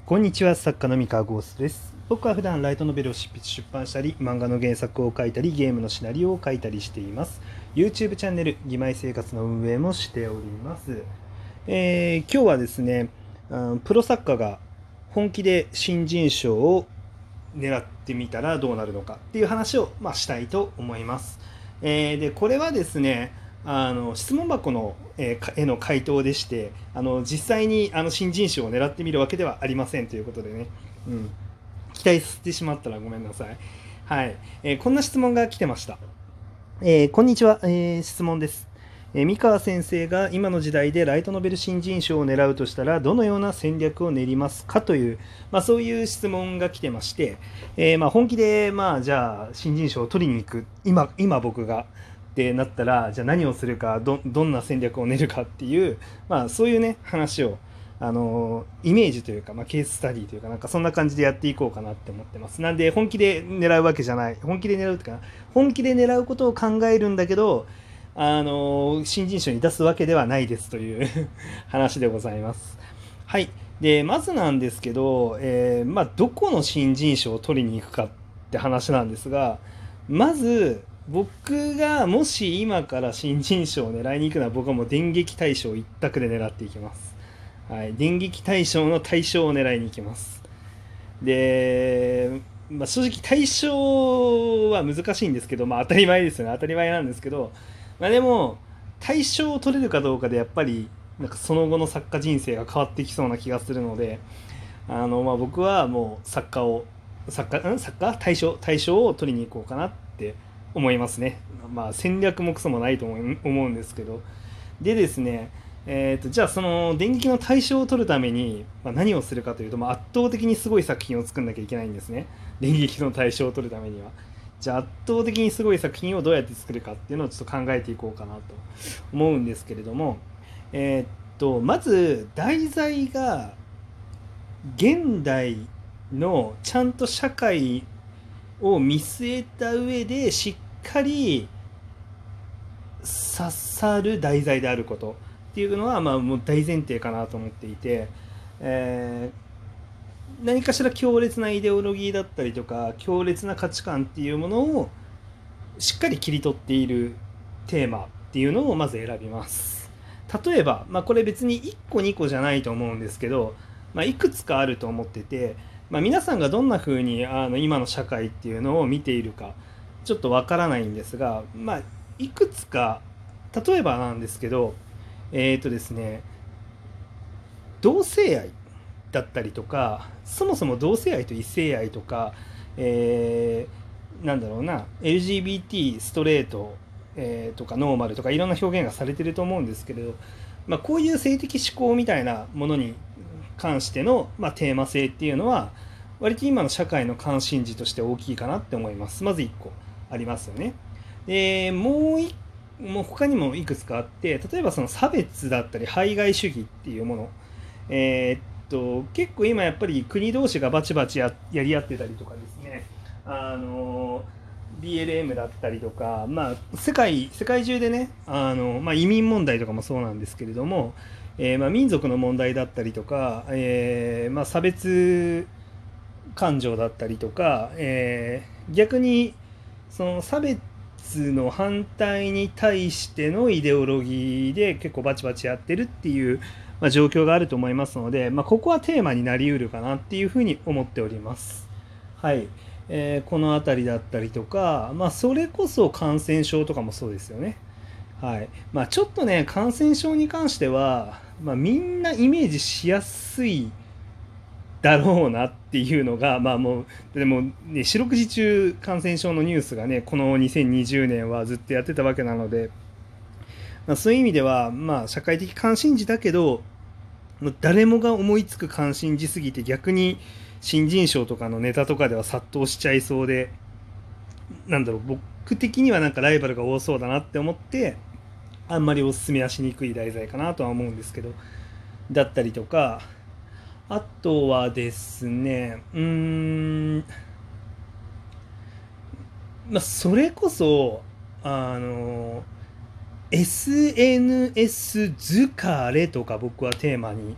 こんにちは、作家の三河ゴーストです。僕は普段ライトノベルを執筆出版したり、漫画の原作を書いたり、ゲームのシナリオを書いたりしています。YouTube チャンネル、義妹生活の運営もしております。今日はですね、プロ作家が本気で新人賞を狙ってみたらどうなるのかっていう話を、したいと思います。でこれはですね、質問箱の、への回答でして、実際に新人賞を狙ってみるわけではありませんということでね、期待させてしまったらごめんなさい。はい、こんな質問が来てました。こんにちは、質問です。三川先生が今の時代でライトノベル新人賞を狙うとしたらどのような戦略を練りますかという、そういう質問が来てまして、本気で、じゃあ新人賞を取りに行く今僕がってなったらじゃあ何をするかどんな戦略を練るかっていう、そういうね話をイメージというか、ケーススタディというかなんかそんな感じでやっていこうかなって思ってます。なんで本気で狙うわけじゃない、本気で狙うとか本気で狙うことを考えるんだけど新人賞に出すわけではないですという話でございます。はい。でまずなんですけど、どこの新人賞を取りに行くかって話なんですが、まず僕がもし今から新人賞を狙いに行くのは、僕はもう電撃大賞一択で狙っていきます。はい、電撃大賞の大賞を狙いに行きます。で、正直大賞は難しいんですけど、当たり前ですよね、当たり前なんですけど、でも大賞を取れるかどうかでやっぱりなんかその後の作家人生が変わってきそうな気がするので、僕はもう作家大賞を取りに行こうかなって思いますね。戦略もクソもないと思うんですけど、でですね、じゃあその電撃の対象を取るために、何をするかというと、圧倒的にすごい作品を作んなきゃいけないんですね。電撃の対象を取るためには。じゃあ圧倒的にすごい作品をどうやって作るかっていうのをちょっと考えていこうかなと思うんですけれども、まず題材が現代のちゃんと社会を見据えた上でしっかり刺さる題材であることっていうのは、もう大前提かなと思っていて、何かしら強烈なイデオロギーだったりとか強烈な価値観っていうものをしっかり切り取っているテーマっていうのをまず選びます。例えば、これ別に1個2個じゃないと思うんですけど、いくつかあると思ってて、皆さんがどんな風に今の社会っていうのを見ているかちょっとわからないんですが、いくつか例えばなんですけど、ですね、同性愛だったりとか、そもそも同性愛と異性愛とか、なんだろうな、LGBT ストレート、とかノーマルとかいろんな表現がされてると思うんですけれど、こういう性的指向みたいなものに関しての、テーマ性っていうのは割と今の社会の関心事として大きいかなって思います。まず1個ありますよね。でもう他にもいくつかあって、例えばその差別だったり排外主義っていうもの、結構今やっぱり国同士がバチバチやり合ってたりとかですね、BLM だったりとか、世界中でね、移民問題とかもそうなんですけれども、民族の問題だったりとか、差別感情だったりとか、逆にその差別の反対に対してのイデオロギーで結構バチバチやってるっていう、状況があると思いますので、ここはテーマになりうるかなっていうふうに思っております。はい。この辺りだったりとか、それこそ感染症とかもそうですよね。はい。ちょっとね、感染症に関しては、みんなイメージしやすいだろうなっていうのが、もう、でもね、四六時中感染症のニュースがね、この2020年はずっとやってたわけなので、そういう意味では、社会的関心事だけど、誰もが思いつく関心事すぎて逆に新人賞とかのネタとかでは殺到しちゃいそうで、僕的にはなんかライバルが多そうだなって思って、あんまりおすすめはしにくい題材かなとは思うんですけど、だったりとか、あとはですね、それこそ、あの、SNS 疲れとか僕はテーマに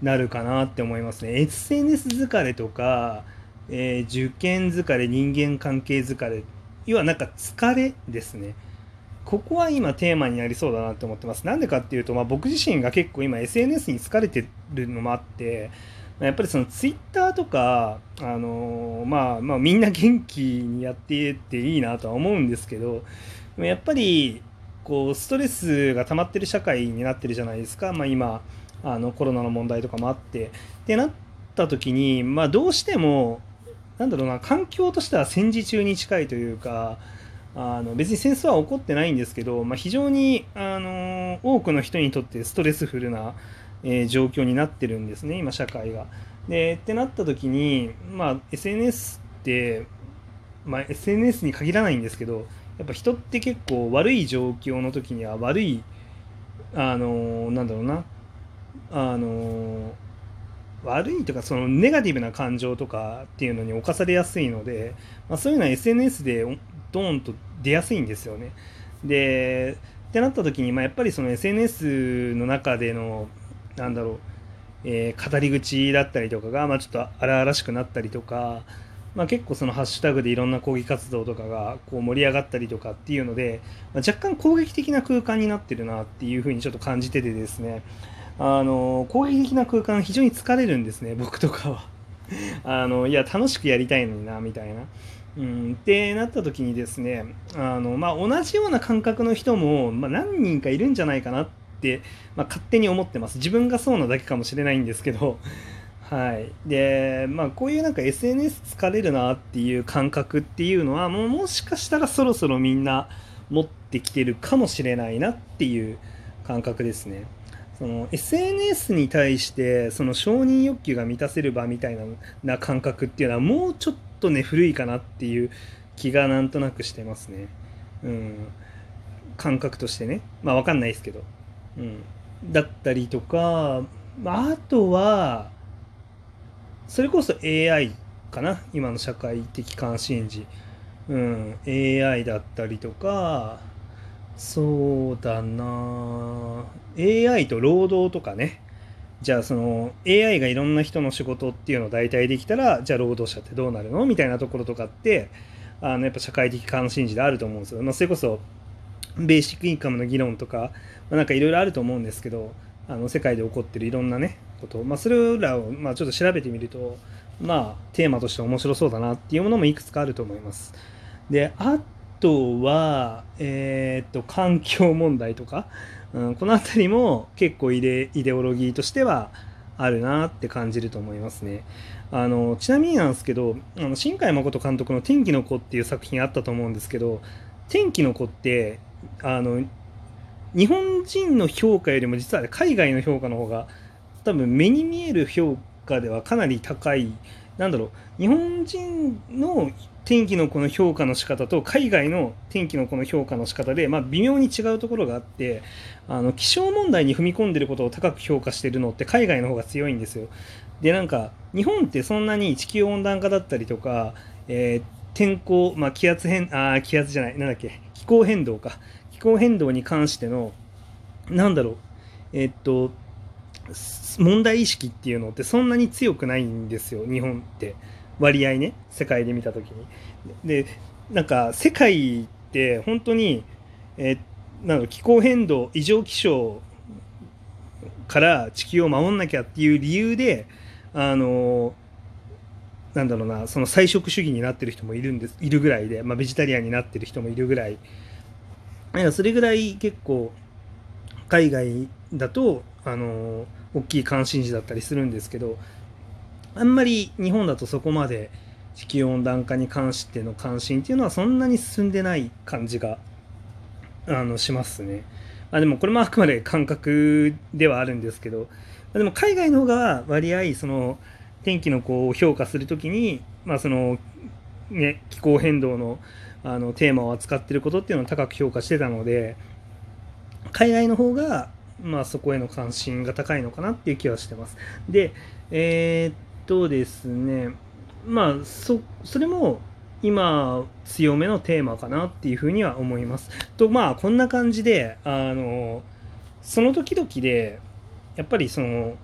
なるかなって思いますね。SNS 疲れとか、受験疲れ、人間関係疲れ、要はなんか疲れですね。ここは今テーマになりそうだなって思ってます。なんでかっていうと、僕自身が結構今 SNS に疲れてるのもあって、やっぱりそのツイッターとか、みんな元気にやっていっていいなとは思うんですけど、やっぱりこうストレスが溜まってる社会になってるじゃないですか。今コロナの問題とかもあってなった時に、どうしてもなんだろうな、環境としては戦時中に近いというか、別に戦争は起こってないんですけど、非常に多くの人にとってストレスフルな、状況になってるんですね、今社会が。でってなった時に、SNS って、SNS に限らないんですけど、やっぱ人って結構悪い状況の時には悪い、なんだろうな、あの悪いとかそのネガティブな感情とかっていうのに侵されやすいので、そういうのは SNS でドーンと出やすいんですよね。でってなった時に、やっぱりその SNS の中でのなんだろう、語り口だったりとかが、ちょっと荒々しくなったりとか、結構そのハッシュタグでいろんな抗議活動とかがこう盛り上がったりとかっていうので、若干攻撃的な空間になってるなっていうふうにちょっと感じててですね、攻撃的な空間非常に疲れるんですね、僕とかは。いや楽しくやりたいのになみたいな。ってなった時にですね、同じような感覚の人も、何人かいるんじゃないかなって、勝手に思ってます。自分がそうなだけかもしれないんですけど、はい。で、こういうなんか SNS 疲れるなっていう感覚っていうのは、もしかしたらそろそろみんな持ってきてるかもしれないなっていう感覚ですね。その SNS に対してその承認欲求が満たせる場みたいな感覚っていうのはもうちょっとね古いかなっていう気がなんとなくしてますね。うん、感覚としてね、わかんないですけど、だったりとか、あとはそれこそ AI かな、今の社会的関心事、AI だったりとか、そうだな AI と労働とかね。じゃあその AI がいろんな人の仕事っていうのを代替できたら、じゃあ労働者ってどうなるのみたいなところとかって、やっぱ社会的関心事であると思うんですよ。それこそベーシックインカムの議論とか、なんかいろいろあると思うんですけど、世界で起こってるいろんなねこと、それらをちょっと調べてみると、テーマとして面白そうだなっていうものもいくつかあると思います。であとは環境問題とか、この辺りも結構イデオロギーとしてはあるなって感じると思いますね。ちなみになんですけど、新海誠監督の「天気の子」っていう作品あったと思うんですけど、天気の子ってあの日本人の評価よりも実は海外の評価の方が多分目に見える評価ではかなり高い。なんだろう、日本人の天気の子の評価の仕方と海外の天気の子の評価の仕方で、微妙に違うところがあって、気象問題に踏み込んでることを高く評価してるのって海外の方が強いんですよ。でなんか日本ってそんなに地球温暖化だったりとか、天候、気圧じゃない、なんだっけ、気候変動か、気候変動に関してのなんだろう、えっと問題意識っていうのってそんなに強くないんですよ、日本って割合ね、世界で見た時に。でなんか世界って本当に、気候変動異常気象から地球を守んなきゃっていう理由で、あのなんだろうな、その菜食主義になってる人もいるぐらいで、ベジタリアンになってる人もいるぐらい、それぐらい結構海外だと大きい関心事だったりするんですけど、あんまり日本だとそこまで地球温暖化に関しての関心っていうのはそんなに進んでない感じがしますね。でもこれもあくまで感覚ではあるんですけど、でも海外の方が割合その天気のこう評価するときに、そのね、気候変動のテーマを扱っていることっていうのを高く評価してたので、海外の方がそこへの関心が高いのかなっていう気はしてます。でですね、それも今強めのテーマかなっていうふうには思います。とこんな感じでその時々でやっぱりその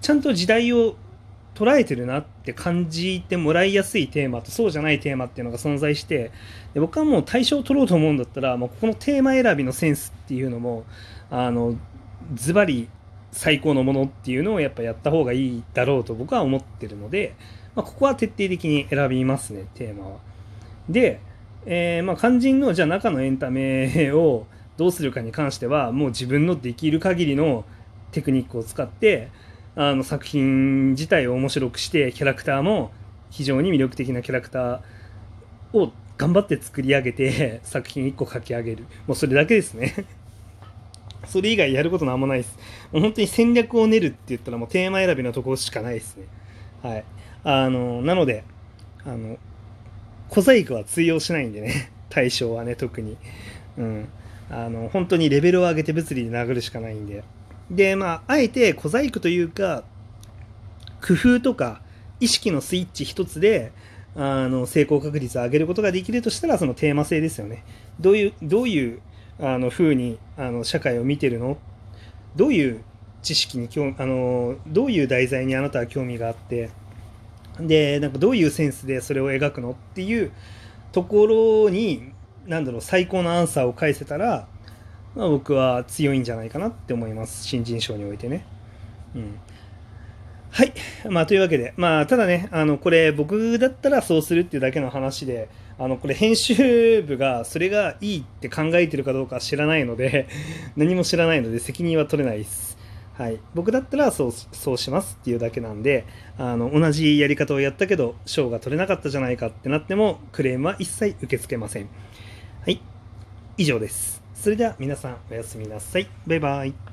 ちゃんと時代を捉えてるなって感じてもらいやすいテーマとそうじゃないテーマっていうのが存在して、で僕はもう対象を取ろうと思うんだったら、ここのテーマ選びのセンスっていうのもズバリ最高のものっていうのをやっぱやった方がいいだろうと僕は思ってるので、ここは徹底的に選びますね、テーマは。で、肝心のじゃあ中のエンタメをどうするかに関してはもう自分のできる限りのテクニックを使って作品自体を面白くして、キャラクターも非常に魅力的なキャラクターを頑張って作り上げて作品1個書き上げる、もうそれだけですねそれ以外やることなんもないです。もう本当に戦略を練るって言ったらもうテーマ選びのところしかないですね。はい。なので小細工は通用しないんでね対象はね特に。本当にレベルを上げて物理で殴るしかないんで。であえて小細工というか工夫とか意識のスイッチ一つで成功確率を上げることができるとしたら、そのテーマ性ですよね。どういう風に社会を見てるの、どういう知識にどういう題材にあなたは興味があって、でなんかどういうセンスでそれを描くのっていうところに最高のアンサーを返せたら、僕は強いんじゃないかなって思います、新人賞においてね。はい。というわけで、ただね、これ僕だったらそうするっていうだけの話で、これ編集部がそれがいいって考えてるかどうか知らないので何も知らないので責任は取れないです。はい。僕だったらそうしますっていうだけなんで、同じやり方をやったけど賞が取れなかったじゃないかってなってもクレームは一切受け付けません。はい。以上です。それでは皆さんおやすみなさい。バイバイ。